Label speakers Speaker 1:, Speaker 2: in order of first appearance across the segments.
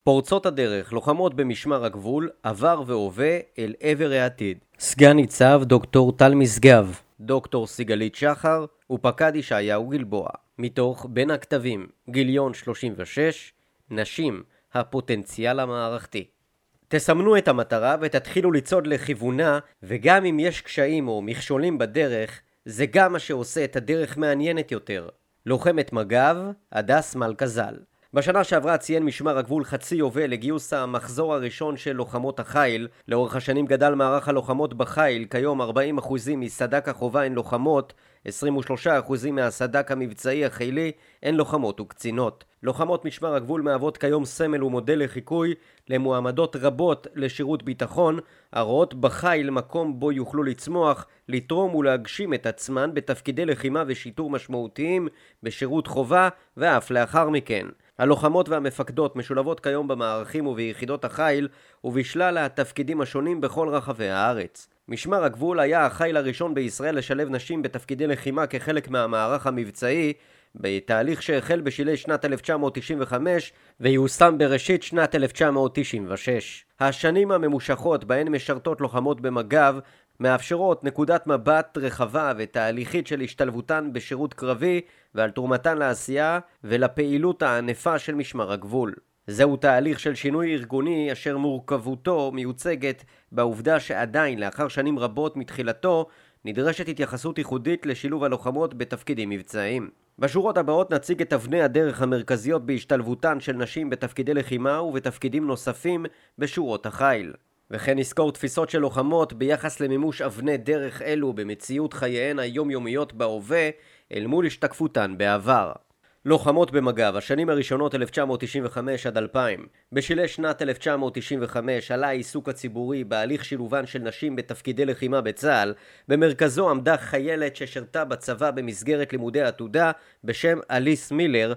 Speaker 1: פורצות הדרך, לוחמות במשמר הגבול, עבר והווה אל עבר העתיד. סגן ניצב דוקטור טל משגב, דוקטור סיגלית שחר ופקד ישעיהו גלבוע. מתוך בין הכתבים, גיליון 36, נשים, הפוטנציאל המערכתי. תסמנו את המטרה ותתחילו לצעוד לכיוונה, וגם אם יש קשיים או מכשולים בדרך, זה גם מה שעושה את הדרך מעניינת יותר. לוחמת מג"ב, הדס מלכה ז"ל. בשנה שעברה ציין משמר הגבול חצי יובל לגיוס המחזור הראשון של לוחמות החיל. לאורך השנים גדל מערך הלוחמות בחיל, כיום 40% מסד"כ החובה הן לוחמות, 23% מהסד"כ המבצעי החילי הן לוחמות וקצינות. לוחמות משמר הגבול מהוות כיום סמל ומודל לחיקוי למועמדות רבות לשירות ביטחון, הרואות בחיל מקום בו יוכלו לצמוח, לתרום ולהגשים את עצמן בתפקידי לחימה ושיטור משמעותיים בשירות חובה ואף לאחר מכן. הלוחמות והמפקדות משולבות כיום במערכים וביחידות החיל ובשלל התפקידים השונים בכל רחבי הארץ. משמר הגבול היה החיל הראשון בישראל לשלב נשים בתפקידי לחימה כחלק מהמערך המבצעי, בתהליך שהחל בשלהי שנת 1995 ויושם בראשית שנת 1996. השנים הממושכות בהן משרתות לוחמות במג"ב מאפשרות נקודת מבט רחבה ותהליכית של השתלבותן בשירות קרבי ועל תרומתן לעשייה ולפעילות הענפה של משמר הגבול. זהו תהליך של שינוי ארגוני אשר מורכבותו מיוצגת בעובדה שעדיין לאחר שנים רבות מתחילתו נדרשת התייחסות ייחודית לשילוב הלוחמות בתפקידים מבצעיים. בשורות הבאות נציג את אבני הדרך המרכזיות בהשתלבותן של נשים בתפקידי לחימה ובתפקידים נוספים בשורות החיל. וכן נזכור תפיסות של לוחמות ביחס למימוש אבני דרך אלו במציאות חייהן היומיומיות בהווה אל מול השתקפותן בעבר. לוחמות במג"ב, השנים הראשונות 1995 עד 2000. בשלהי שנת 1995 עלה העיסוק הציבורי בהליך שילובן של נשים בתפקידי לחימה בצה"ל. במרכזו עמדה חיילת ששרתה בצבא במסגרת לימודי עתודה בשם אליס מילר,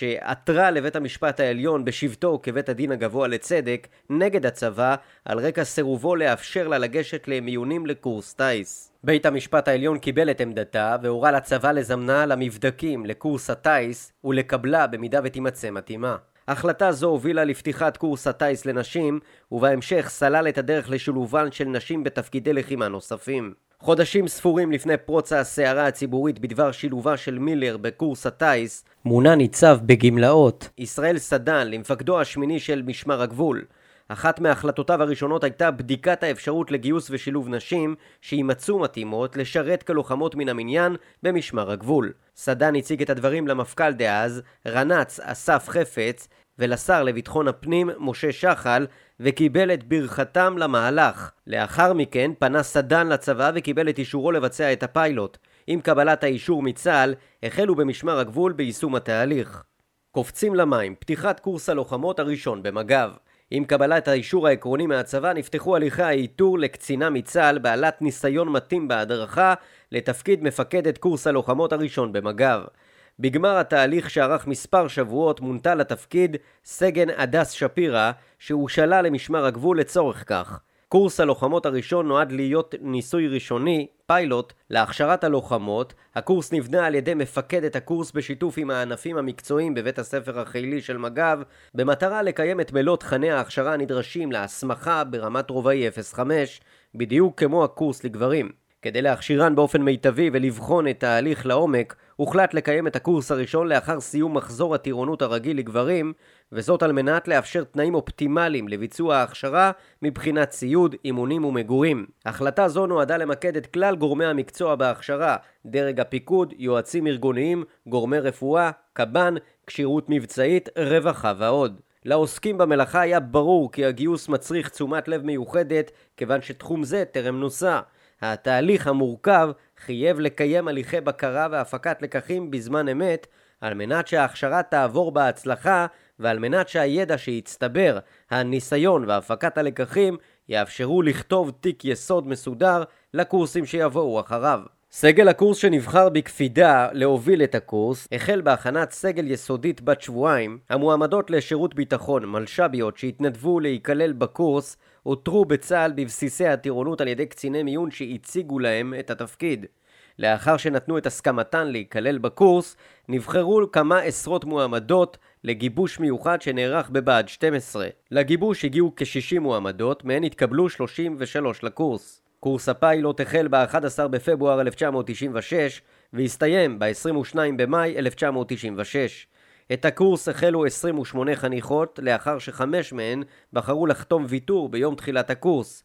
Speaker 1: שעתרה לבית המשפט העליון בשבתו כבית הדין הגבוה לצדק נגד הצבא על רקע סירובו לאפשר לה לגשת למיונים לקורס טייס. בית המשפט העליון קיבל את עמדתה והורה לצבא לזמנה למבדקים לקורס הטייס ולקבלה במידה ותימצא מתאימה. החלטה זו הובילה לפתיחת קורס הטייס לנשים ובהמשך סלל את הדרך לשילובן של נשים בתפקידי לחימה נוספים. חודשים ספורים לפני פרוץ הסערה הציבורית בדבר שילובה של מילר בקורס הטייס, מונה ניצב בגמלאות ישראל סדן למפקדו השמיני של משמר הגבול. אחת מהחלטותיו הראשונות הייתה בדיקת האפשרות לגיוס ושילוב נשים שימצאו מתאימות לשרת כלוחמות מן המניין במשמר הגבול. סדן הציג את הדברים למפכ"ל דאז, רנ"צ אסף חפץ, ולשר לביטחון הפנים משה שחל, וקיבל את ברכתם למהלך. לאחר מכן פנה סדן לצבא וקיבל את אישורו לבצע את הפיילוט. עם קבלת האישור מצה"ל החלו במשמר הגבול ביישום התהליך. קופצים למים, פתיחת קורס הלוחמות הראשון במג"ב. עם קבלת האישור העקרוני מהצבא נפתחו הליכי האיתור לקצינה מצה"ל בעלת ניסיון מתאים בהדרכה לתפקיד מפקדת קורס הלוחמות הראשון במג"ב. בגמר התהליך שערך מספר שבועות מונתה לתפקיד סגן הדס שפירא שהושאלה למשמר הגבול לצורך כך. קורס הלוחמות הראשון נועד להיות ניסוי ראשוני, פיילוט, להכשרת הלוחמות. הקורס נבנה על ידי מפקדת הקורס בשיתוף עם הענפים המקצועיים בבית הספר החילי של מג"ב, במטרה לקיים את מלוא תכני ההכשרה הנדרשים להסמכה ברמת רובעי 05, בדיוק כמו הקורס לגברים. כדי להכשירן באופן מיטבי ולבחון את ההליך לעומק, הוחלט לקיים את הקורס הראשון לאחר סיום מחזור הטירונות הרגיל לגברים, וזאת על מנת לאפשר תנאים אופטימליים לביצוע ההכשרה מבחינת ציוד, אימונים ומגורים. החלטה זו נועדה למקד את כלל גורמי המקצוע בהכשרה, דרג הפיקוד, יועצים ארגוניים, גורמי רפואה, קב"ן, כשירות מבצעית, רווחה ועוד. לעוסקים במלאכה היה ברור כי הגיוס מצריך תשומת לב מיוחדת, כיוון שתחום זה טרם נוסה. התהליך המורכב חייב לקיים הליכי בקרה והפקת לקחים בזמן אמת, על מנת שההכשרה תעבור בהצלחה ועל מנת שהידע שהצטבר, הניסיון והפקת הלקחים יאפשרו לכתוב תיק יסוד מסודר לקורסים שיבואו אחריו. סגל הקורס שנבחר בקפידה להוביל את הקורס החל בהכנת סגל יסודית בת שבועיים. המועמדות לשירות ביטחון, מלש"ביות שהתנדבו להיכלל בקורס, אותרו בצה"ל בבסיסי הטירונות על ידי קציני מיון שהציגו להם את התפקיד. לאחר שנתנו את הסכמתן להיכלל בקורס, נבחרו כמה עשרות מועמדות לגיבוש מיוחד שנערך בבה"ד 12. לגיבוש הגיעו כ-60 מועמדות, מהן התקבלו 33 לקורס. קורס הפיילוט החל ב-11 בפברואר 1996 והסתיים ב-22 במאי 1996. את הקורס החלו 28 חניכות, לאחר ש5 מהן בחרו לחתום ויתור ביום תחילת הקורס.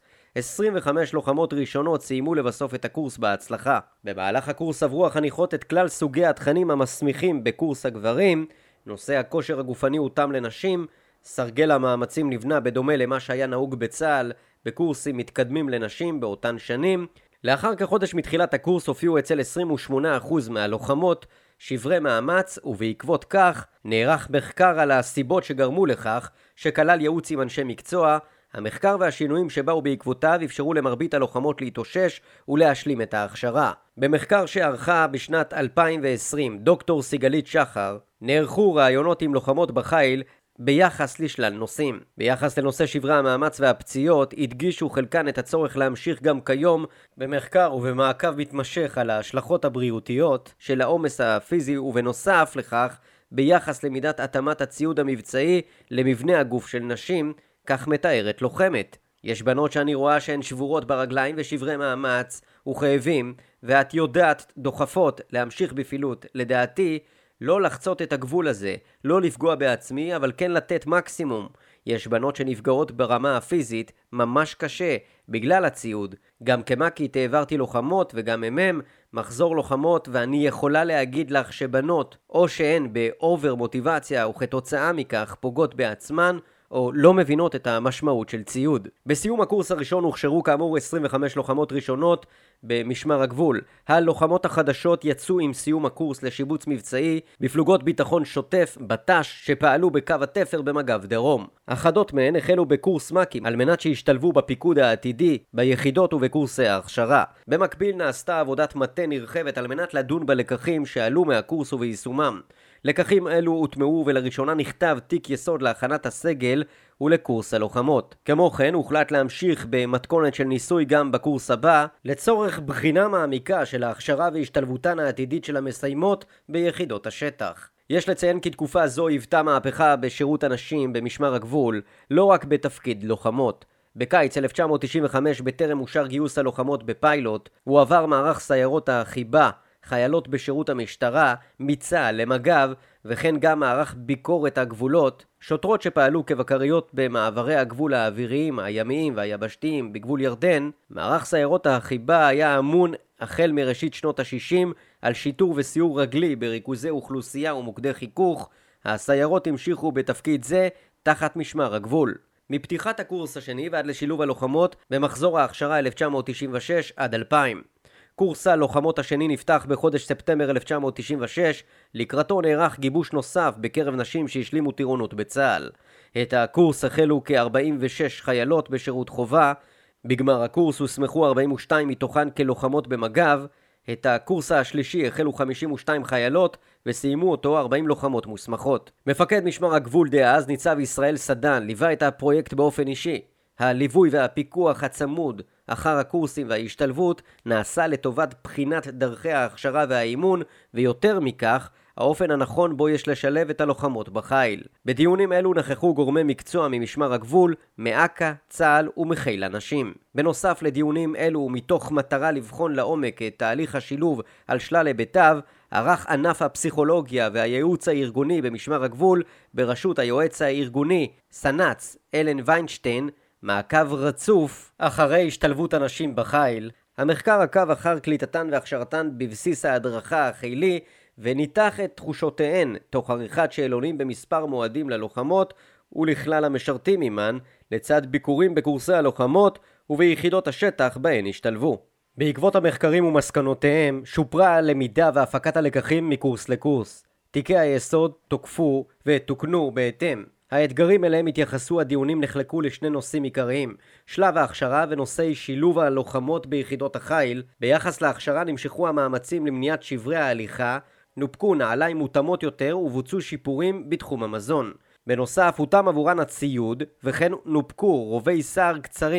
Speaker 1: 25 לוחמות ראשונות סיימו לבסוף את הקורס בהצלחה. במהלך הקורס עברו החניכות את כלל סוגי התכנים המסמיכים בקורס הגברים. נושא הכושר הגופני הותאם לנשים, סרגל המאמצים נבנה בדומה למה שהיה נהוג בצה"ל בקורסים מתקדמים לנשים באותן שנים. לאחר כחודש מתחילת הקורס הופיעו אצל 28% מהלוחמות שברי מאמץ, ובעקבות כך נערך מחקר על הסיבות שגרמו לכך, שכלל ייעוץ עם אנשי מקצוע. המחקר והשינויים שבאו בעקבותיו אפשרו למרבית הלוחמות להתאושש ולהשלים את ההכשרה. במחקר שערכה בשנת 2020 דוקטור סיגלית שחר, נערכו ראיונות עם לוחמות בחיל ביחס לשלל נושאים. ביחס לנושא שברי המאמץ והפציעות, הדגישו חלקן את הצורך להמשיך גם כיום במחקר ובמעקב מתמשך על ההשלכות הבריאותיות של העומס הפיזי, ובנוסף לכך, ביחס למידת התאמת הציוד המבצעי למבנה הגוף של נשים, כך מתארת לוחמת. יש בנות שאני רואה שהן שבורות ברגליים ושברי מאמץ וכאבים, ואת יודעת דוחפות להמשיך בפעילות. לדעתי, לא לחצות את הגבול הזה, לא לפגוע בעצמי, אבל כן לתת מקסימום. יש בנות שנפגעות ברמה הפיזית ממש קשה בגלל הציוד. גם כמקית העברתי לוחמות וגם מחזור לוחמות, ואני יכולה להגיד לך שבנות או שהן באובר מוטיבציה וכתוצאה מכך פוגעות בעצמן, או לא מבינות את המשמעות של ציוד. בסיום הקורס הראשון הוכשרו כאמור 25 לוחמות ראשונות במשמר הגבול. הלוחמות החדשות יצאו עם סיום הקורס לשיבוץ מבצעי בפלוגות ביטחון שוטף בט"ש שפעלו בקו התפר במג"ב דרום. אחדות מהן החלו בקורס מ"כים על מנת שישתלבו בפיקוד העתידי, ביחידות ובקורסי ההכשרה. במקביל נעשתה עבודת מטה נרחבת על מנת לדון בלקחים שעלו מהקורס וביישומם. לקחים אלו הוטמעו ולראשונה נכתב תיק יסוד להכנת הסגל ולקורס הלוחמות. כמו כן הוחלט להמשיך במתכונת של ניסוי גם בקורס הבא, לצורך בחינה מעמיקה של ההכשרה והשתלבותן העתידית של המסיימות ביחידות השטח. יש לציין כי תקופה זו היוותה מהפכה בשירות הנשים במשמר הגבול, לא רק בתפקיד לוחמות. בקיץ 1995, בטרם אושר גיוס הלוחמות בפיילוט, הוא עבר מערך סיירות החיבה, חיילות בשירות המשטרה, מצה"ל למג"ב, וכן גם מערך ביקורת הגבולות, שוטרות שפעלו כבקריות במעברי הגבול האוויריים, הימיים והיבשתיים בגבול ירדן. מערך סיירות החיבה היה אמון החל מראשית שנות ה-60 על שיטור וסיור רגלי בריכוזי אוכלוסייה ומוקדי חיכוך. הסיירות המשיכו בתפקיד זה תחת משמר הגבול. מפתיחת הקורס השני ועד לשילוב הלוחמות במחזור ההכשרה 1996 עד 2000. קורס הלוחמות השני נפתח בחודש ספטמבר 1996, לקראתו נערך גיבוש נוסף בקרב נשים שהשלימו טירונות בצה"ל. את הקורס החלו כ-46 חיילות בשירות חובה, בגמר הקורס הוסמכו 42 מתוכן כלוחמות במג"ב. את הקורס השלישי החלו 52 חיילות וסיימו אותו 40 לוחמות מוסמכות. מפקד משמר הגבול דאז ניצב ישראל סדן ליווה את הפרויקט באופן אישי. הליווי והפיקוח הצמוד אחר הקורסים וההשתלבות נעשה לטובת בחינת דרכי ההכשרה והאימון, ויותר מכך, האופן הנכון בו יש לשלב את הלוחמות בחיל. בדיונים אלו נכחו גורמי מקצוע ממשמר הגבול, מאק"א, צה"ל ומחיל הנשים. בנוסף לדיונים אלו, ומתוך מטרה לבחון לעומק את תהליך השילוב על שלל היבטיו, ערך ענף הפסיכולוגיה והייעוץ הארגוני במשמר הגבול, בראשות היועץ הארגוני סנ"צ אלן ויינשטיין, מעקב רצוף אחרי השתלבות הנשים בחיל. המחקר עקב אחר קליטתן והכשרתן בבסיס ההדרכה החילי, וניתח את תחושותיהן תוך עריכת שאלונים במספר מועדים ללוחמות ולכלל המשרתים עימן, לצד ביקורים בקורסי הלוחמות וביחידות השטח בהן השתלבו. בעקבות המחקרים ומסקנותיהם שופרה הלמידה והפקת הלקחים מקורס לקורס. תיקי היסוד תוקפו ותוקנו בהתאם. האתגרים אליהם התייחסו הדיונים נחלקו לשני נושאים עיקריים, שלב ההכשרה ונושאי שילוב הלוחמות ביחידות החיל. ביחס להכשרה נמשכו המאמצים למניעת שברי ההליכה, נופקו נעליים מותאמות יותר ובוצעו שיפורים בתחום המזון. בנוסף הותאם עבורן הציוד, וכן נופקו רובי סער קצרים.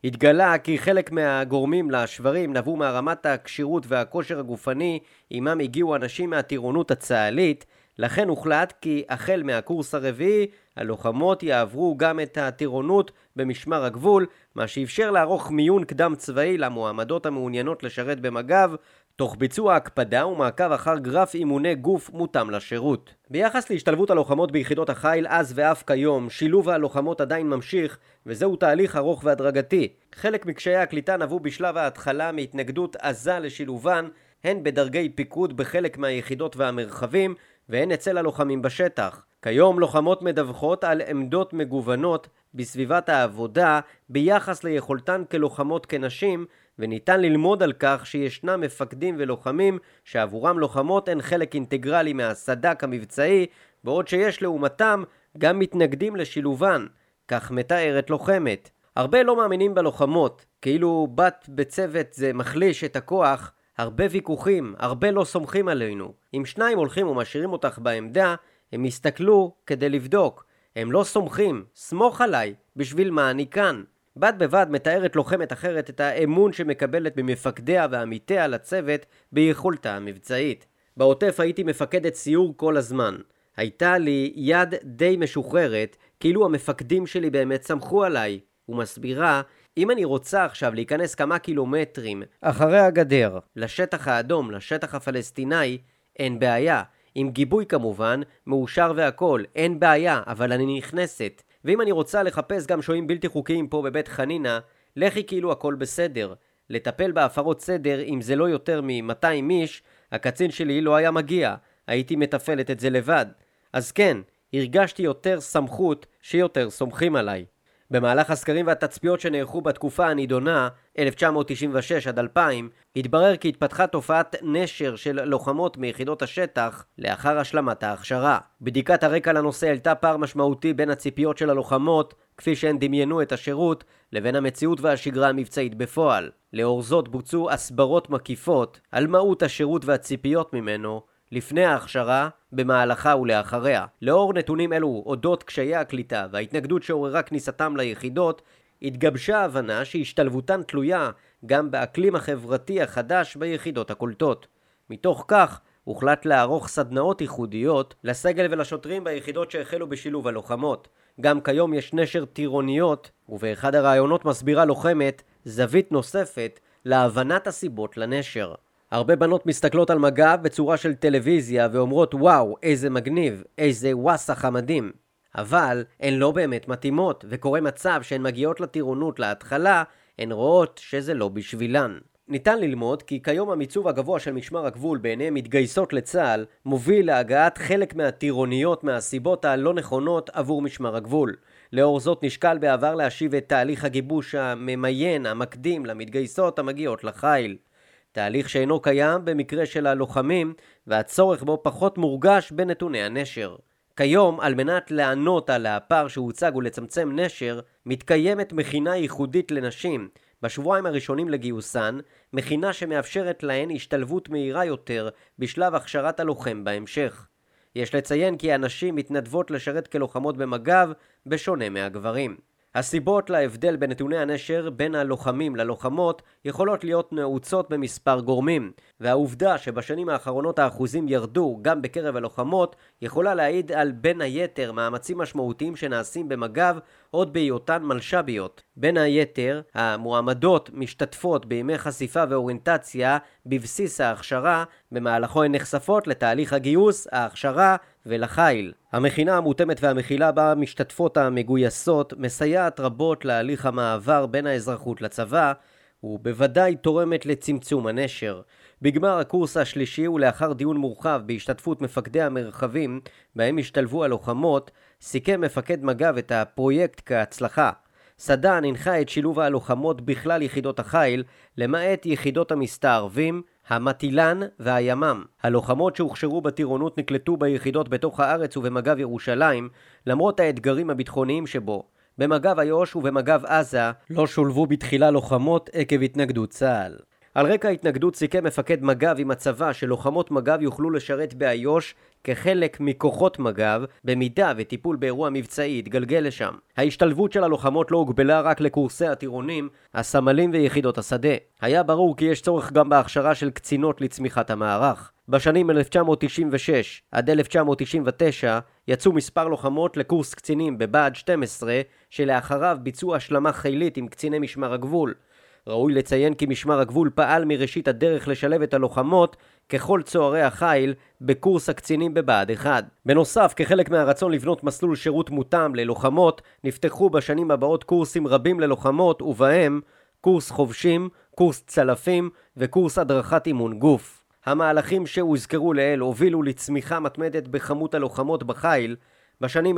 Speaker 1: התגלה כי חלק מהגורמים לשברים נבעו מהרמת הכשירות והכושר הגופני עימם הגיעו אנשים מהטירונות הצה"לית, לכן הוחלט כי החל מהקורס הרביעי הלוחמות יעברו גם את הטירונות במשמר הגבול, מה שאפשר לערוך מיון קדם צבאי למועמדות המעוניינות לשרת במג"ב, תוך ביצוע הקפדה ומעקב אחר גרף אימוני גוף מותאם לשירות. ביחס להשתלבות הלוחמות ביחידות החיל אז ואף כיום, שילוב הלוחמות עדיין ממשיך, וזהו תהליך ארוך והדרגתי. חלק מקשיי הקליטה נבעו בשלב ההתחלה מהתנגדות עזה לשילובן, הן בדרגי פיקוד בחלק מהיחידות והמרחבים, והן אצל הלוחמים בשטח. כיום לוחמות מדווחות על עמדות מגוונות בסביבת העבודה ביחס ליכולתן כלוחמות כנשים, וניתן ללמוד על כך שישנם מפקדים ולוחמים שעבורם לוחמות הן חלק אינטגרלי מהסד"כ המבצעי, בעוד שיש לעומתם גם מתנגדים לשילובן, כך מתארת לוחמת. הרבה לא מאמינים בלוחמות, כאילו בת בצוות זה מחליש את הכוח, הרבה ויכוחים, הרבה לא סומכים עלינו. אם שניים הולכים ומשאירים אותך בעמדה, הם יסתכלו כדי לבדוק. הם לא סומכים, סמוך עליי, בשביל מה אני כאן. בד בבד מתארת לוחמת אחרת את האמון שמקבלת במפקדיה ועמיתיה לצוות ביכולתה המבצעית. בעוטף הייתי מפקדת סיור כל הזמן. הייתה לי יד די משוחררת, כאילו המפקדים שלי באמת סמכו עליי. ומסבירה, אם אני רוצה עכשיו להיכנס כמה קילומטרים אחרי הגדר לשטח האדום, לשטח הפלסטיני, אין בעיה. עם גיבוי כמובן, מאושר והכל, אין בעיה, אבל אני נכנסת. ואם אני רוצה לחפש גם שוהים בלתי חוקיים פה בבית חנינה, לכי כאילו הכל בסדר. לטפל בהפרות סדר, אם זה לא יותר מ-200 איש, הקצין שלי לא היה מגיע. הייתי מטפלת את זה לבד. אז כן, הרגשתי יותר סמכות שיותר סומכים עליי. במהלך הסקרים והתצפיות שנערכו בתקופה הנידונה, 1996 עד 2000, התברר כי התפתחה תופעת נשר של לוחמות מיחידות השטח לאחר השלמת ההכשרה. בדיקת הרקע לנושא העלתה פער משמעותי בין הציפיות של הלוחמות, כפי שהן דמיינו את השירות, לבין המציאות והשגרה המבצעית בפועל. לאור זאת בוצעו הסברות מקיפות על מהות השירות והציפיות ממנו, לפני ההכשרה, במהלכה ולאחריה. לאור נתונים אלו אודות קשיי הקליטה וההתנגדות שעוררה כניסתם ליחידות, התגבשה ההבנה שהשתלבותן תלויה גם באקלים החברתי החדש ביחידות הקולטות. מתוך כך, הוחלט לערוך סדנאות ייחודיות לסגל ולשוטרים ביחידות שהחלו בשילוב הלוחמות. גם כיום יש נשר טירוניות, ובאחד הרעיונות מסבירה לוחמת זווית נוספת להבנת הסיבות לנשר. הרבה בנות מסתכלות על מג"ב בצורה של טלוויזיה ואומרות וואו, איזה מגניב, איזה וואסה מדהים. אבל הן לא באמת מתאימות, וקורה מצב שהן מגיעות לטירונות להתחלה, הן רואות שזה לא בשבילן. ניתן ללמוד כי כיום המיצוב הגבוה של משמר הגבול בעיניהם מתגייסות לצה"ל מוביל להגעת חלק מהטירוניות מהסיבות הלא נכונות עבור משמר הגבול. לאור זאת נשקל בעבר להשיב את תהליך הגיבוש הממיין המקדים למתגייסות המגיעות לחיל. תהליך שאינו קיים במקרה של הלוחמים והצורך בו פחות מורגש בנתוני הנשר. כיום, על מנת לענות על הפער שהוצג ולצמצם נשר, מתקיימת מכינה ייחודית לנשים. בשבועיים הראשונים לגיוסן, מכינה שמאפשרת להן השתלבות מהירה יותר בשלב הכשרת הלוחם בהמשך. יש לציין כי הנשים מתנדבות לשרת כלוחמות במג"ב בשונה מהגברים. הסיבות להבדל בנתוני הנשר בין הלוחמים ללוחמות יכולות להיות נעוצות במספר גורמים, והעובדה שבשנים האחרונות האחוזים ירדו גם בקרב הלוחמות יכולה להעיד על בין היתר מאמצים משמעותיים שנעשים במג"ב עוד בהיותן מלש"ביות. בין היתר, המועמדות משתתפות בימי חשיפה ואוריינטציה בבסיס ההכשרה, במהלכו הן נחשפות לתהליך הגיוס, ההכשרה ולחיל. המכינה המותאמת והמכילה בה משתתפות המגויסות מסייעת רבות להליך המעבר בין האזרחות לצבא, ובוודאי תורמת לצמצום הנשר. בגמר הקורס השלישי ולאחר דיון מורחב בהשתתפות מפקדי המרחבים בהם השתלבו הלוחמות, סיכם מפקד מג"ב את הפרויקט כהצלחה. סדן הנחה את שילוב הלוחמות בכלל יחידות החיל, למעט יחידות המסתערבים, המטילן והימ"מ. הלוחמות שהוכשרו בטירונות נקלטו ביחידות בתוך הארץ ובמג"ב ירושלים, למרות האתגרים הביטחוניים שבו. במג"ב איו"ש ובמג"ב עזה לא שולבו בתחילה לוחמות עקב התנגדות צה"ל. על רקע ההתנגדות סיכם מפקד מג"ב עם הצבא שלוחמות מג"ב יוכלו לשרת באיו"ש כחלק מכוחות מג"ב במידה וטיפול באירוע מבצעי יתגלגל לשם. ההשתלבות של הלוחמות לא הוגבלה רק לקורסי הטירונים, הסמלים ויחידות השדה. היה ברור כי יש צורך גם בהכשרה של קצינות לצמיחת המערך. בשנים 1996 עד 1999 יצאו מספר לוחמות לקורס קצינים בבה"ד 12 שלאחריו ביצעו השלמה חילית עם קציני משמר הגבול. ראוי לציין כי משמר הגבול פעל מראשית הדרך לשלב את הלוחמות ככל צוערי החיל בקורס הקצינים בבה"ד 1. בנוסף, כחלק מהרצון לבנות מסלול שירות מותאם ללוחמות, נפתחו בשנים הבאות קורסים רבים ללוחמות, ובהם קורס חובשים, קורס צלפים וקורס הדרכת אימון גוף. המהלכים שהוזכרו לעיל הובילו לצמיחה מתמדת בכמות הלוחמות בחיל. בשנים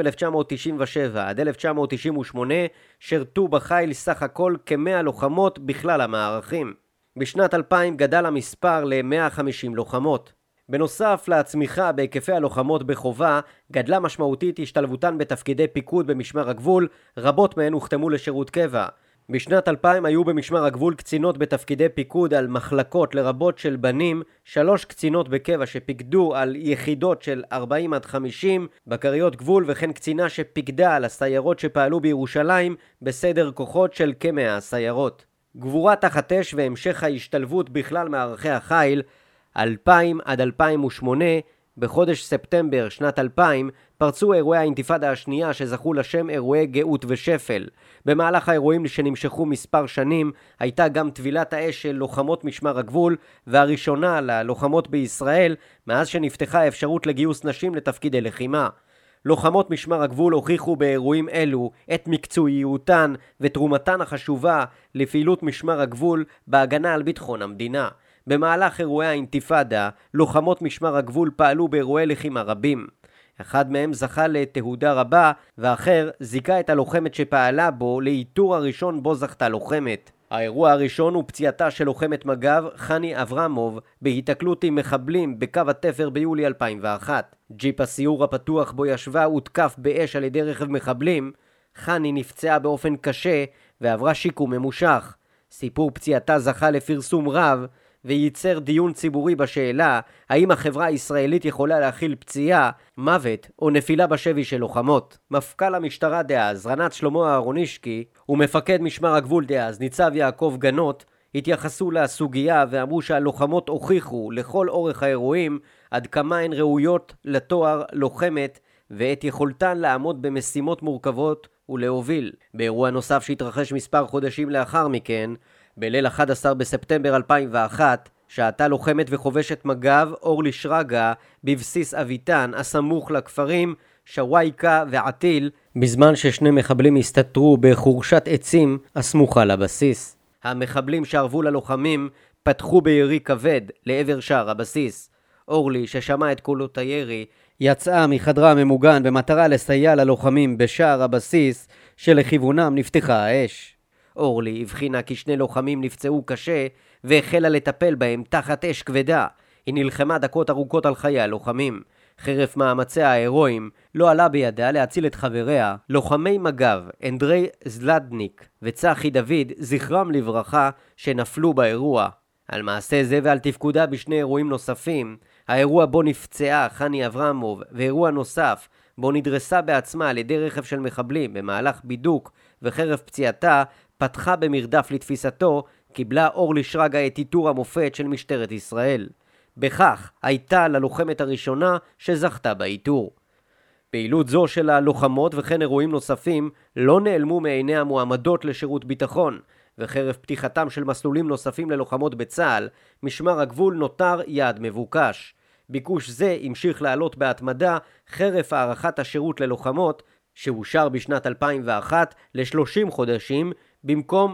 Speaker 1: 1997 עד 1998 שרתו בחיל סך הכל כ-100 לוחמות בכלל המערכים. בשנת 2000 גדל המספר ל-150 לוחמות. בנוסף לצמיחה בהיקפי הלוחמות בחובה, גדלה משמעותית השתלבותן בתפקידי פיקוד במשמר הגבול, רבות מהן הוחתמו לשירות קבע. בשנת 2000 היו במשמר הגבול קצינות בתפקידי פיקוד על מחלקות לרבות של בנים, 3 קצינות בקבע שפיקדו על יחידות של 40 עד 50 בקריות גבול, וכן קצינה שפיקדה על הסיירות שפעלו בירושלים בסדר כוחות של כ-100 סיירות. גבורה תחת אש והמשך ההשתלבות בכלל מערכי החיל. 2000 עד 2008, בחודש ספטמבר שנת 2000 פרצו אירועי האינתיפאדה השנייה שזכו לשם אירועי גאות ושפל. במהלך האירועים שנמשכו מספר שנים הייתה גם טבילת האש של לוחמות משמר הגבול, והראשונה ללוחמות בישראל מאז שנפתחה האפשרות לגיוס נשים לתפקידי לחימה. לוחמות משמר הגבול הוכיחו באירועים אלו את מקצועיותן ותרומתן החשובה לפעילות משמר הגבול בהגנה על ביטחון המדינה. במהלך אירועי האינתיפאדה, לוחמות משמר הגבול פעלו באירועי לחימה רבים. אחד מהם זכה לתהודה רבה, ואחר זיכה את הלוחמת שפעלה בו לאיתור הראשון בו זכתה לוחמת. האירוע הראשון הוא פציעתה של לוחמת מג"ב חני אברמוב בהיתקלות עם מחבלים בקו התפר ביולי 2001. ג'יפ הסיור הפתוח בו ישבה הותקף באש על ידי רכב מחבלים. חני נפצעה באופן קשה ועברה שיקום ממושך. סיפור פציעתה זכה לפרסום רב וייצר דיון ציבורי בשאלה האם החברה הישראלית יכולה להכיל פציעה, מוות או נפילה בשבי של לוחמות. מפכ"ל המשטרה דאז רנת שלמה אהרונישקי ומפקד משמר הגבול דאז ניצב יעקב גנות התייחסו לסוגיה ואמרו שהלוחמות הוכיחו לכל אורך האירועים עד כמה הן ראויות לתואר לוחמת ואת יכולתן לעמוד במשימות מורכבות ולהוביל. באירוע נוסף שהתרחש מספר חודשים לאחר מכן, בליל 11 בספטמבר 2001, שהתה לוחמת וחובשת מג"ב אורלי שרגא בבסיס אביטן הסמוך לכפרים שווייקה ועתיל, בזמן ששני מחבלים הסתתרו בחורשת עצים הסמוכה לבסיס. המחבלים שערבו ללוחמים פתחו בירי כבד לעבר שער הבסיס. אורלי, ששמעה את קולות הירי, יצאה מחדרה הממוגן במטרה לסייע ללוחמים בשער הבסיס שלכיוונם נפתחה האש. אורלי הבחינה כי שני לוחמים נפצעו קשה והחלה לטפל בהם תחת אש כבדה. היא נלחמה דקות ארוכות על חיי הלוחמים. חרף מאמציה ההירואיים לא עלה בידה להציל את חבריה, לוחמי מג"ב אנדרי זלדניק וצחי דוד זכרם לברכה שנפלו באירוע. על מעשה זה ועל תפקודה בשני אירועים נוספים, האירוע בו נפצעה חני אברמוב ואירוע נוסף בו נדרסה בעצמה על ידי רכב של מחבלים במהלך בידוק וחרף פציעתה פתחה במרדף לתפיסתו, קיבלה אורלי שרגא את עיטור המופת של משטרת ישראל. בכך הייתה ללוחמת הראשונה שזכתה בעיטור. פעילות זו של הלוחמות וכן אירועים נוספים לא נעלמו מעיני המועמדות לשירות ביטחון, וחרף פתיחתם של מסלולים נוספים ללוחמות בצה"ל, משמר הגבול נותר יעד מבוקש. ביקוש זה המשיך לעלות בהתמדה חרף הארכת השירות ללוחמות, שאושר בשנת 2001 ל-30 חודשים במקום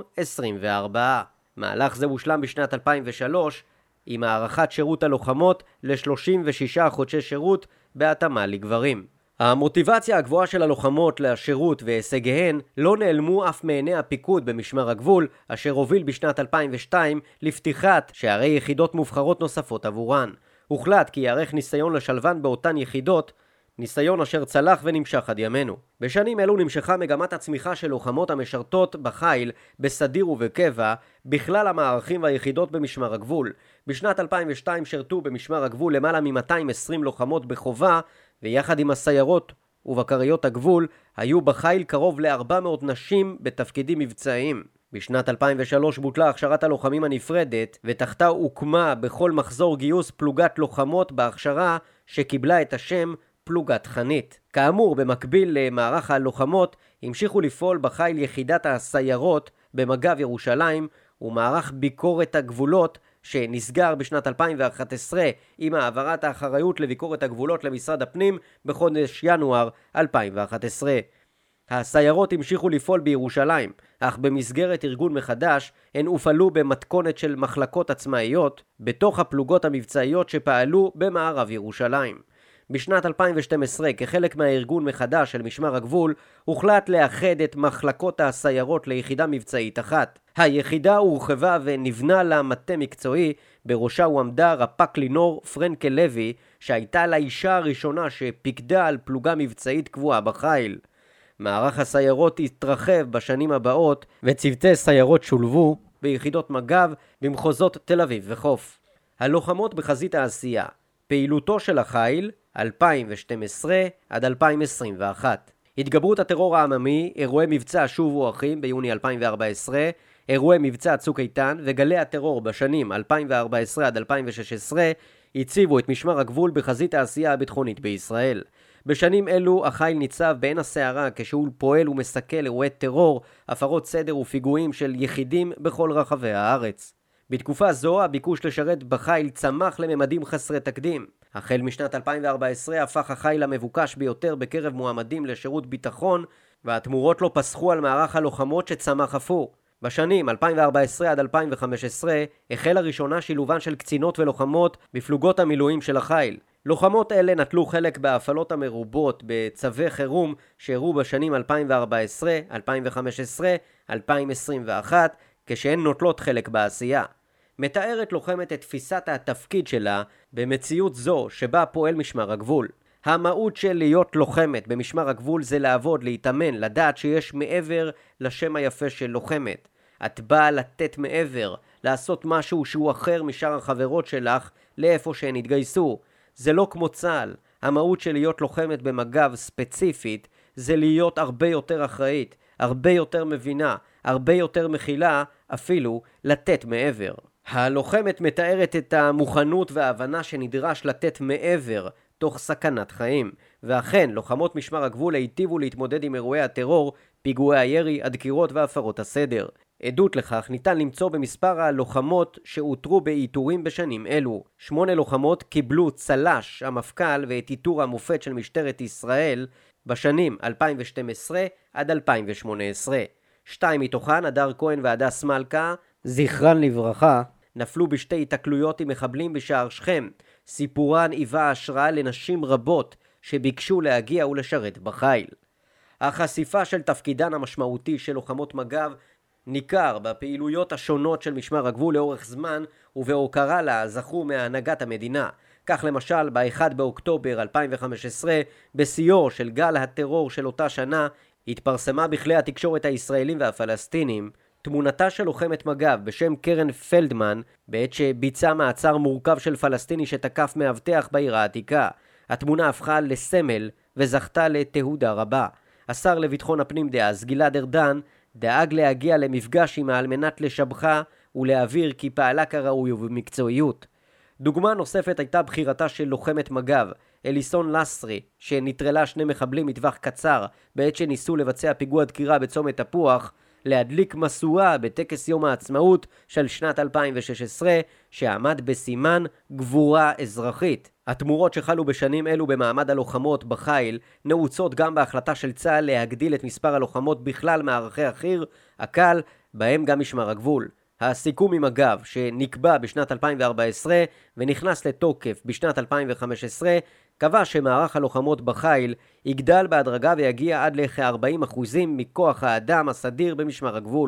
Speaker 1: 24. מהלך זה הושלם בשנת 2003 עם הארכת שירות הלוחמות ל-36 חודשי שירות בהתאמה לגברים. המוטיבציה הגבוהה של הלוחמות לשירות והישגיהן לא נעלמו אף מעיני הפיקוד במשמר הגבול, אשר הוביל בשנת 2002 לפתיחת שערי יחידות מובחרות נוספות עבורן. הוחלט כי יערך ניסיון לשלבן באותן יחידות ניסיון אשר צלח ונמשך עד ימינו. בשנים אלו נמשכה מגמת הצמיחה של לוחמות המשרתות בחיל, בסדיר ובקבע, בכלל המערכים והיחידות במשמר הגבול. בשנת 2002 שרתו במשמר הגבול למעלה מ-220 לוחמות בחובה, ויחד עם הסיירות ובקריות הגבול היו בחיל קרוב ל-400 נשים בתפקידים מבצעיים. בשנת 2003 בוטלה הכשרת הלוחמים הנפרדת, ותחתה הוקמה בכל מחזור גיוס פלוגת לוחמות בהכשרה שקיבלה את השם פלוגת חנית. כאמור, במקביל למערך הלוחמות המשיכו לפעול בחיל יחידת הסיירות במג"ב ירושלים ומערך ביקורת הגבולות שנסגר בשנת 2011 עם העברת האחריות לביקורת הגבולות למשרד הפנים בחודש ינואר 2011. הסיירות המשיכו לפעול בירושלים, אך במסגרת ארגון מחדש הן הופעלו במתכונת של מחלקות עצמאיות בתוך הפלוגות המבצעיות שפעלו במערב ירושלים. בשנת 2012, כחלק מהארגון מחדש של משמר הגבול, הוחלט לאחד את מחלקות הסיירות ליחידה מבצעית אחת. היחידה הורחבה ונבנה לה מטה מקצועי, בראשה הועמדה רפ"ק לינור פרנקל לוי, שהייתה לאישה הראשונה שפיקדה על פלוגה מבצעית קבועה בחיל. מערך הסיירות התרחב בשנים הבאות, וצוותי סיירות שולבו ביחידות מג"ב במחוזות תל אביב וחוף. הלוחמות בחזית העשייה. פעילותו של החיל 2012 עד 2021. התגברות הטרור העממי, אירועי מבצע שובו אחים ביוני 2014, אירועי מבצע צוק איתן וגלי הטרור בשנים 2014 עד 2016 הציבו את משמר הגבול בחזית העשייה הביטחונית בישראל. בשנים אלו החיל ניצב בעין הסערה כשהוא פועל ומסכל אירועי טרור, הפרות סדר ופיגועים של יחידים בכל רחבי הארץ. בתקופה זו הביקוש לשרת בחיל צמח לממדים חסרי תקדים. החל משנת 2014 הפך החיל המבוקש ביותר בקרב מועמדים לשירות ביטחון, והתמורות לא פסחו על מערך הלוחמות שצמח אפוא. בשנים 2014 עד 2015 החל לראשונה שילובן של קצינות ולוחמות בפלוגות המילואים של החיל. לוחמות אלה נטלו חלק בהפעלות המרובות בצווי חירום שאירעו בשנים 2014, 2015, 2021, כשהן נוטלות חלק בעשייה. מתארת לוחמת את תפיסת התפקיד שלה במציאות זו שבה פועל משמר הגבול. המהות של להיות לוחמת במשמר הגבול זה לעבוד, להתאמן, לדעת שיש מעבר לשם היפה של לוחמת. את באה לתת מעבר, לעשות משהו שהוא אחר משאר החברות שלך לאיפה שהן התגייסו. זה לא כמו צה"ל. המהות של להיות לוחמת במג"ב ספציפית זה להיות הרבה יותר אחראית, הרבה יותר מבינה, הרבה יותר מכילה, אפילו לתת מעבר. הלוחמת מתארת את המוכנות וההבנה שנדרש לתת מעבר תוך סכנת חיים, ואכן לוחמות משמר הגבול היטיבו להתמודד עם אירועי הטרור, פיגועי הירי, הדקירות והפרות הסדר. עדות לכך ניתן למצוא במספר הלוחמות שאותרו באיתורים בשנים אלו. 8 לוחמות קיבלו צל"ש המפכ"ל ואת איתור המופת של משטרת ישראל בשנים 2012 עד 2018. 2 מתוכן, הדר כהן והדס מלכה, זכרן לברכה, נפלו בשתי התקלויות עם מחבלים בשער שכם. סיפורן היווה השראה לנשים רבות שביקשו להגיע ולשרת בחיל. החשיפה של תפקידן המשמעותי של לוחמות מג"ב ניכר בפעילויות השונות של משמר הגבול לאורך זמן, ובהוקרה לה זכו מהנהגת המדינה. כך למשל ב-1 באוקטובר 2015, בשיאו של גל הטרור של אותה שנה, התפרסמה בכלי התקשורת הישראלים והפלסטינים תמונתה של לוחמת מג"ב בשם קרן פלדמן בעת שביצע מעצר מורכב של פלסטיני שתקף מאבטח בעיר העתיקה. התמונה הפכה לסמל וזכתה לתהודה רבה. השר לביטחון הפנים דאז גלעד ארדן דאג להגיע למפגש עמה על מנת לשבחה ולהעביר כי פעלה כראוי ובמקצועיות. דוגמה נוספת הייתה בחירתה של לוחמת מג"ב אליסון לסרי, שנטרלה 2 מחבלים מטווח קצר בעת שניסו לבצע פיגוע דקירה בצומת תפוח, להדליק משואה בטקס יום העצמאות של שנת 2016 שעמד בסימן גבורה אזרחית. התמורות שחלו בשנים אלו במעמד הלוחמות בחיל נעוצות גם בהחלטה של צה"ל להגדיל את מספר הלוחמות בכלל מערכי החי"ר, הקל, בהם גם משמר הגבול. הסיכום עם מג"ב שנקבע בשנת 2014 ונכנס לתוקף בשנת 2015 קבע שמערך הלוחמות בחיל יגדל בהדרגה ויגיע עד לכ-40% מכוח האדם הסדיר במשמר הגבול.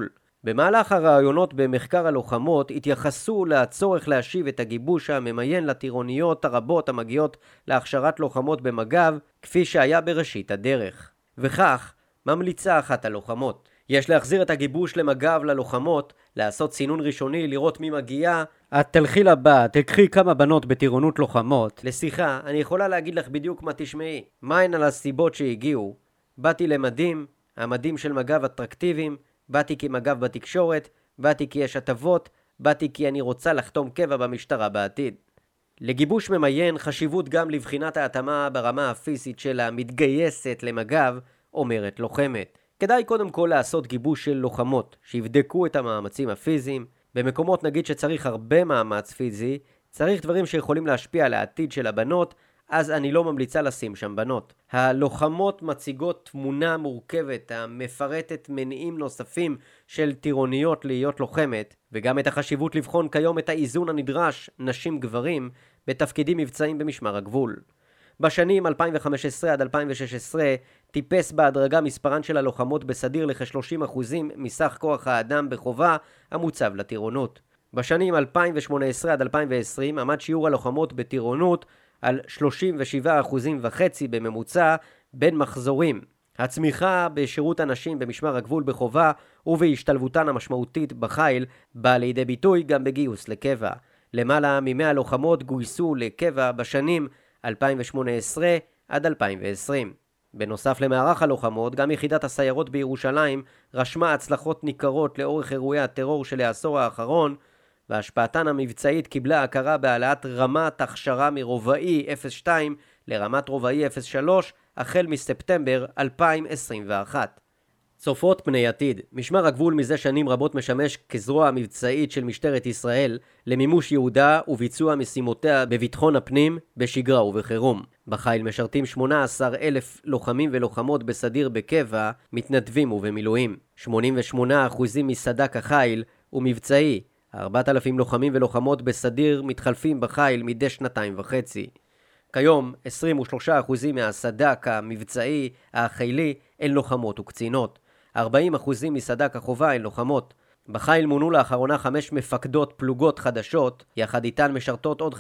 Speaker 1: במהלך הרעיונות במחקר הלוחמות התייחסו לצורך להשיב את הגיבוש הממיין לטירוניות הרבות המגיעות להכשרת לוחמות במג"ב כפי שהיה בראשית הדרך. וכך ממליצה אחת הלוחמות: יש להחזיר את הגיבוש למג"ב ללוחמות, לעשות סינון ראשוני, לראות מי מגיע. את תלכי לבא, תקחי כמה בנות בטירונות לוחמות לשיחה, אני יכולה להגיד לך בדיוק מה תשמעי. מהן על הסיבות שהגיעו? באתי למדים, המדים של מג"ב אטרקטיביים, באתי כי מג"ב בתקשורת, באתי כי יש הטבות, באתי כי אני רוצה לחתום קבע במשטרה בעתיד. לגיבוש ממיין חשיבות גם לבחינת ההתאמה ברמה הפיזית של המתגייסת למג"ב, אומרת לוחמת. כדאי קודם כל לעשות גיבוש של לוחמות, שיבדקו את המאמצים הפיזיים. במקומות נגיד שצריך הרבה מאמץ פיזי, צריך דברים שיכולים להשפיע על העתיד של הבנות, אז אני לא ממליצה לשים שם בנות. הלוחמות מציגות תמונה מורכבת המפרטת מניעים נוספים של טירוניות להיות לוחמת, וגם את החשיבות לבחון כיום את האיזון הנדרש נשים גברים בתפקידים מבצעיים במשמר הגבול. בשנים 2015 עד 2016 טיפס בהדרגה מספרן של הלוחמות בסדיר לכ-30% מסך כוח האדם בחובה המוצב לטירונות. בשנים 2018 עד 2020 עמד שיעור הלוחמות בטירונות על 37.5% בממוצע בין מחזורים. הצמיחה בשירות הנשים במשמר הגבול בחובה ובהשתלבותן המשמעותית בחיל באה לידי ביטוי גם בגיוס לקבע. למעלה מ-100 לוחמות גויסו לקבע בשנים 2018 עד 2020. בנוסף למערך הלוחמות, גם יחידת הסיירות בירושלים רשמה הצלחות ניכרות לאורך אירועי הטרור של העשור האחרון, והשפעתן המבצעית קיבלה הכרה בהעלאת רמת הכשרה מרובעי 02 לרמת רובעי 03 החל מספטמבר 2021. צופות פני עתיד. משמר הגבול מזה שנים רבות משמש כזרוע המבצעית של משטרת ישראל למימוש ייעודה וביצוע משימותיה בביטחון הפנים, בשגרה ובחירום. בחיל משרתים 18,000 לוחמים ולוחמות בסדיר בקבע, מתנדבים ובמילואים. 88% מסד"כ החיל הוא מבצעי. 4,000 לוחמים ולוחמות בסדיר מתחלפים בחיל מדי 2.5 כיום 23% מהסד"כ המבצעי החילי הן לוחמות וקצינות. 40% מסד"כ החובה הן לוחמות. בחיל מונו לאחרונה 5 מפקדות פלוגות חדשות, יחד איתן משרתות עוד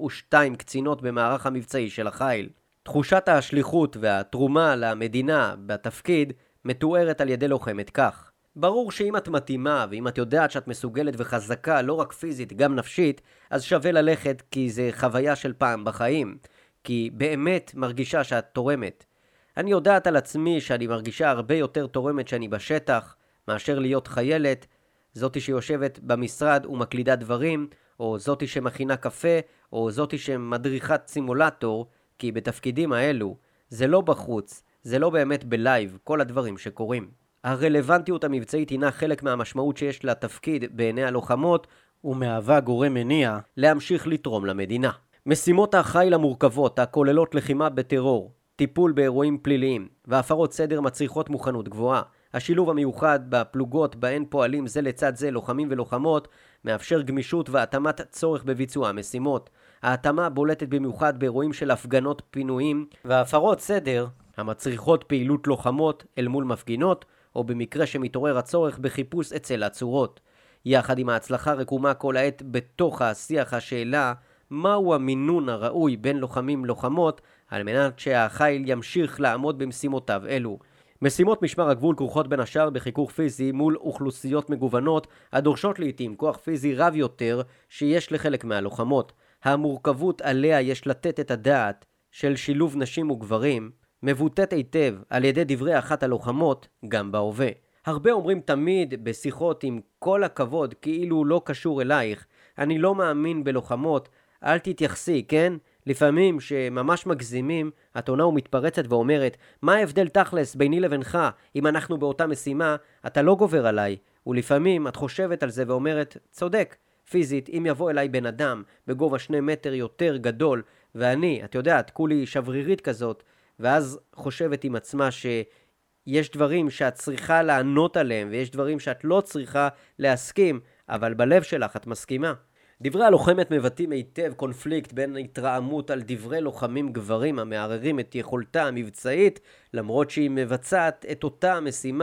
Speaker 1: 52 קצינות במערך המבצעי של החיל. תחושת השליחות והתרומה למדינה בתפקיד מתוארת על ידי לוחמת כך: ברור שאם את מתאימה ואם את יודעת שאת מסוגלת וחזקה לא רק פיזית גם נפשית, אז שווה ללכת, כי זה חוויה של פעם בחיים, כי באמת מרגישה שאת תורמת. אני יודעת על עצמי שאני מרגישה הרבה יותר תורמת שאני בשטח מאשר להיות חיילת, זאתי שיושבת במשרד ומקלידה דברים, או זאתי שמכינה קפה, או זאתי שמדריכת סימולטור, כי בתפקידים האלו זה לא בחוץ, זה לא באמת בלייב, כל הדברים שקורים. הרלוונטיות המבצעית הינה חלק מהמשמעות שיש לתפקיד בעיני הלוחמות, ומהווה גורם מניע להמשיך לתרום למדינה. משימות החיל המורכבות הכוללות לחימה בטרור, טיפול באירועים פליליים והפרות סדר מצריכות מוכנות גבוהה. השילוב המיוחד בפלוגות בהן פועלים זה לצד זה לוחמים ולוחמות מאפשר גמישות והתאמת צורך בביצוע המשימות. ההתאמה בולטת במיוחד באירועים של הפגנות, פינויים והפרות סדר המצריכות פעילות לוחמות אל מול מפגינות, או במקרה שמתעורר הצורך בחיפוש אצל הצורות. יחד עם ההצלחה רקומה כל העת בתוך השיח השאלה מהו המינון הראוי בין לוחמים לוחמות על מנת שהחיל ימשיך לעמוד במשימותיו אלו. משימות משמר הגבול כרוכות בין השאר בחיכוך פיזי מול אוכלוסיות מגוונות הדורשות לעתים כוח פיזי רב יותר שיש לחלק מהלוחמות. המורכבות עליה יש לתת את הדעת של שילוב נשים וגברים מבוטאת היטב על ידי דברי אחת הלוחמות גם בהווה. הרבה אומרים תמיד בשיחות עם כל הכבוד כאילו לא קשור אלייך, אני לא מאמין בלוחמות, אל תתייחסי, כן? לפעמים שממש מגזימים, את עונה ומתפרצת ואומרת, מה ההבדל תכלס ביני לבינך? אם אנחנו באותה משימה, אתה לא גובר עליי. ולפעמים את חושבת על זה ואומרת, צודק, פיזית, אם יבוא אליי בן אדם בגובה 2 מטר יותר גדול, ואני, את יודעת, כולי שברירית כזאת, ואז חושבת עם עצמה שיש דברים שאת צריכה לענות עליהם, ויש דברים שאת לא צריכה להסכים, אבל בלב שלך את מסכימה. דברי הלוחמת מבטאים היטב קונפליקט בין התרעמות על דברי לוחמים גברים המערערים את יכולתה המבצעית, למרות שהיא מבצעת את אותה המשימה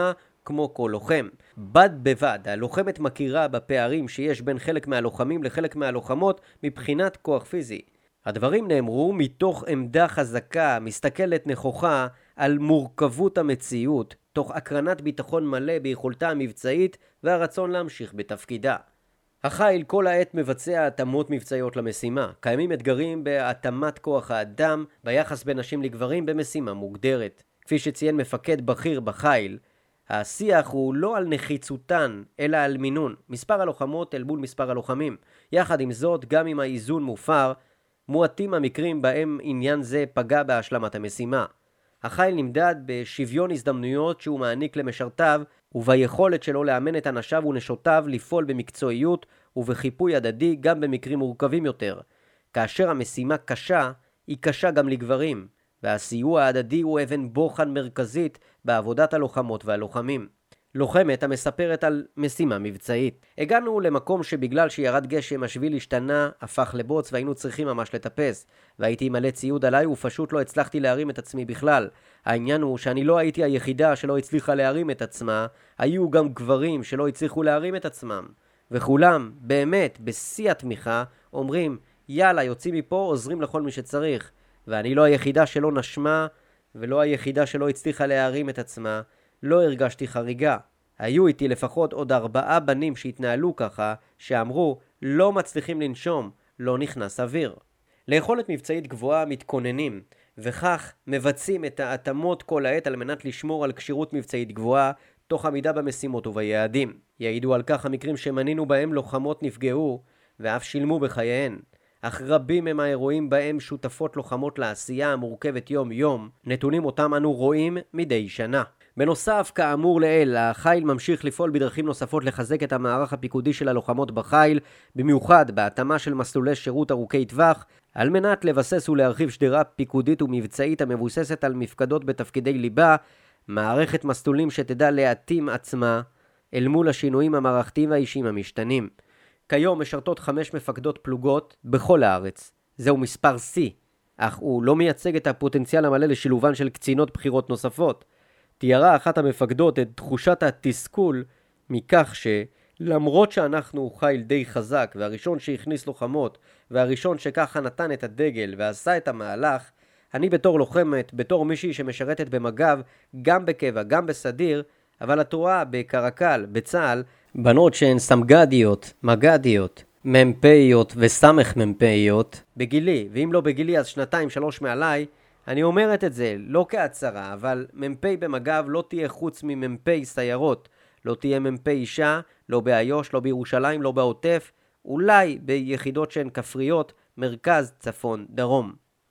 Speaker 1: כמו כל לוחם. בד בבד, הלוחמת מכירה בפערים שיש בין חלק מהלוחמים לחלק מהלוחמות מבחינת כוח פיזי. הדברים נאמרו מתוך עמדה חזקה, מסתכלת נכוחה על מורכבות המציאות, תוך הקרנת ביטחון מלא ביכולתה המבצעית והרצון להמשיך בתפקידה. החיל כל העת מבצע התאמות מבצעיות למשימה. קיימים אתגרים בהתאמת כוח האדם ביחס בין נשים לגברים במשימה מוגדרת. כפי שציין מפקד בכיר בחיל, השיח הוא לא על נחיצותן, אלא על מינון. מספר הלוחמות אל מול מספר הלוחמים. יחד עם זאת, גם אם האיזון מופר, מועטים המקרים בהם עניין זה פגע בהשלמת המשימה. החיל נמדד בשוויון הזדמנויות שהוא מעניק למשרתיו, וביכולת שלו לאמן את אנשיו ונשותיו לפעול במקצועיות ובחיפוי הדדי גם במקרים מורכבים יותר. כאשר המשימה קשה, היא קשה גם לגברים, והסיוע ההדדי הוא אבן בוחן מרכזית בעבודת הלוחמות והלוחמים. לוחמת המספרת על משימה מבצעית. הגענו למקום שבגלל שירד גשם השביל השתנה, הפך לבוץ והיינו צריכים ממש לטפס. והייתי מלא ציוד עליי ופשוט לא הצלחתי להרים את עצמי בכלל. העניין הוא שאני לא הייתי היחידה שלא הצליחה להרים את עצמה, היו גם גברים שלא הצליחו להרים את עצמם. וכולם, באמת, בשיא התמיכה, אומרים, יאללה, יוצאים מפה, עוזרים לכל מי שצריך. ואני לא היחידה שלא נשמה, ולא היחידה שלא הצליחה להרים את עצמה. לא הרגשתי חריגה. היו איתי לפחות עוד 4 בנים שהתנהלו ככה, שאמרו, לא מצליחים לנשום, לא נכנס אוויר. ליכולת מבצעית גבוהה מתכוננים, וכך מבצעים את ההתאמות כל העת על מנת לשמור על כשירות מבצעית גבוהה, תוך עמידה במשימות וביעדים. יעידו על כך המקרים שמנינו בהם לוחמות נפגעו, ואף שילמו בחייהן. אך רבים הם האירועים בהם שותפות לוחמות לעשייה המורכבת יום יום, נתונים אותם אנו רואים מדי שנה. בנוסף, כאמור לעיל, החיל ממשיך לפעול בדרכים נוספות לחזק את המערך הפיקודי של הלוחמות בחיל, במיוחד בהתאמה של מסלולי שירות ארוכי טווח, על מנת לבסס ולהרחיב שדרה פיקודית ומבצעית המבוססת על מפקדות בתפקידי ליבה, מערכת מסלולים שתדע להתאים עצמה אל מול השינויים המערכתיים והאישיים המשתנים. כיום משרתות 5 מפקדות פלוגות בכל הארץ. זהו מספר C, אך הוא לא מייצג את הפוטנציאל המלא לשילובן של קצינות בחירות נוספות. תיארה אחת המפקדות את תחושת התסכול מכך שלמרות שאנחנו חיל די חזק והראשון שהכניס לוחמות והראשון שככה נתן את הדגל ועשה את המהלך, אני בתור לוחמת, בתור מישהי שמשרתת במג"ב, גם בקבע, גם בסדיר, אבל את רואה בקרקל, בצה"ל, בנות שהן סמג"דיות, מג"דיות, מ"פיות וסמ"ך מ"פיות, בגילי, ואם לא בגילי אז 2-3 מעליי, אני אומרת את זה לא כהצהרה, אבל מ"פ במג"ב לא תהיה חוץ ממ"פ סיירות, לא תהיה מ"פ אישה, לא באיו"ש, לא בירושלים, לא בעוטף, אולי ביחידות שהן כפריות, מרכז, צפון, דרום.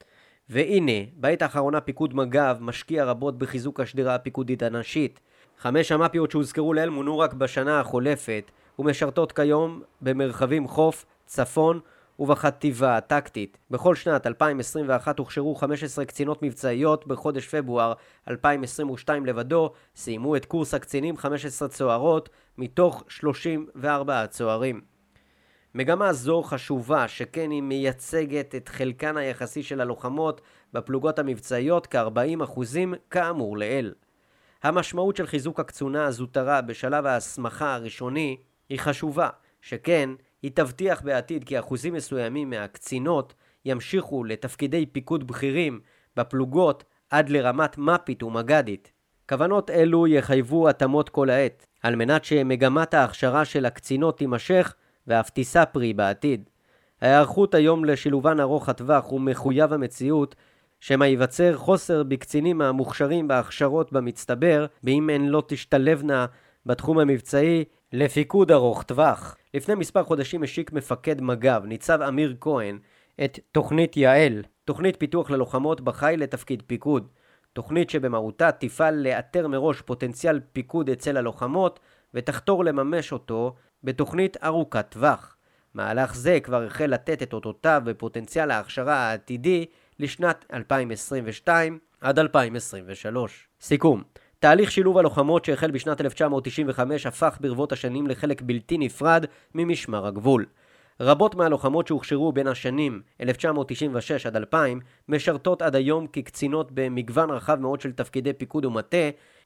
Speaker 1: והנה, בעת האחרונה פיקוד מג"ב משקיע רבות בחיזוק השדרה הפיקודית הנשית. 5 המ"פיות שהוזכרו לעיל מונו רק בשנה החולפת, ומשרתות כיום במרחבים חוף, צפון ובחטיבה הטקטית. בכל שנת 2021 הוכשרו 15 קצינות מבצעיות. בחודש פברואר 2022 לבדו סיימו את קורס הקצינים 15 צוערות מתוך 34 צוערים. מגמה זו חשובה, שכן היא מייצגת את חלקן היחסי של הלוחמות בפלוגות המבצעיות כ-40% כאמור לעיל. המשמעות של חיזוק הקצונה הזוטרה בשלב ההסמכה הראשוני היא חשובה, שכן היא תבטיח בעתיד כי אחוזים מסוימים מהקצינות ימשיכו לתפקידי פיקוד בכירים בפלוגות עד לרמת מפית ומג"דית. כוונות אלו יחייבו התאמות כל העת, על מנת שמגמת ההכשרה של הקצינות תימשך ואף תישא פרי בעתיד. ההיערכות היום לשילובן ארוך הטווח ומחויב המציאות, שמה ייווצר חוסר בקצינים המוכשרים בהכשרות במצטבר, באם הן לא תשתלבנה בתחום המבצעי לפיקוד ארוך טווח. לפני מספר חודשים השיק מפקד מג"ב, ניצב אמיר כהן, את תוכנית יעל, תוכנית פיתוח ללוחמות בחיל לתפקיד פיקוד. תוכנית שבמהותה תפעל לאתר מראש פוטנציאל פיקוד אצל הלוחמות ותחתור לממש אותו בתוכנית ארוכת טווח. מהלך זה כבר החל לתת את אותותיו בפוטנציאל ההכשרה העתידי לשנת 2022 עד 2023. סיכום, תהליך שילוב הלוחמות שהחל בשנת 1995 הפך ברבות השנים לחלק בלתי נפרד ממשמר הגבול. רבות מהלוחמות שהוכשרו בין השנים 1996 עד 2000 משרתות עד היום כקצינות במגוון רחב מאוד של תפקידי פיקוד ומטה,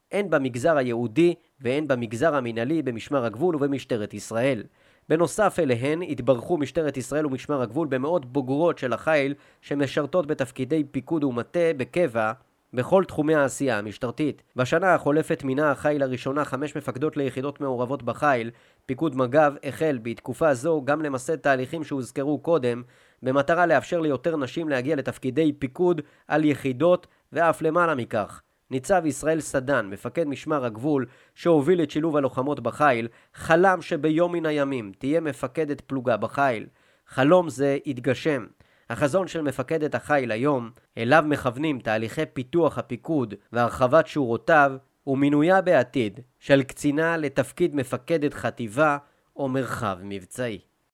Speaker 1: הן במגזר היהודי והן במגזר המינהלי במשמר הגבול ובמשטרת ישראל. בנוסף אליהן התברכו משטרת ישראל ומשמר הגבול במאות בוגרות של החיל שמשרתות בתפקידי פיקוד ומטה בקבע בכל תחומי העשייה המשטרתית. בשנה החולפת מינה החיל לראשונה 5 מפקדות ליחידות מעורבות בחיל. פיקוד מג"ב החל בתקופה זו גם למסד תהליכים שהוזכרו קודם, במטרה לאפשר ליותר נשים להגיע לתפקידי פיקוד על יחידות ואף למעלה מכך. ניצב ישראל סדן, מפקד משמר הגבול שהוביל את שילוב הלוחמות בחיל, חלם שביום מן הימים תהיה מפקדת פלוגה בחיל. חלום זה התגשם. החזון של מפקדת החיל היום, אליו מכוונים תהליכי פיתוח הפיקוד והרחבת שורותיו, ומינויה בעתיד של קצינה לתפקיד מפקדת חטיבה או מרחב מבצעי.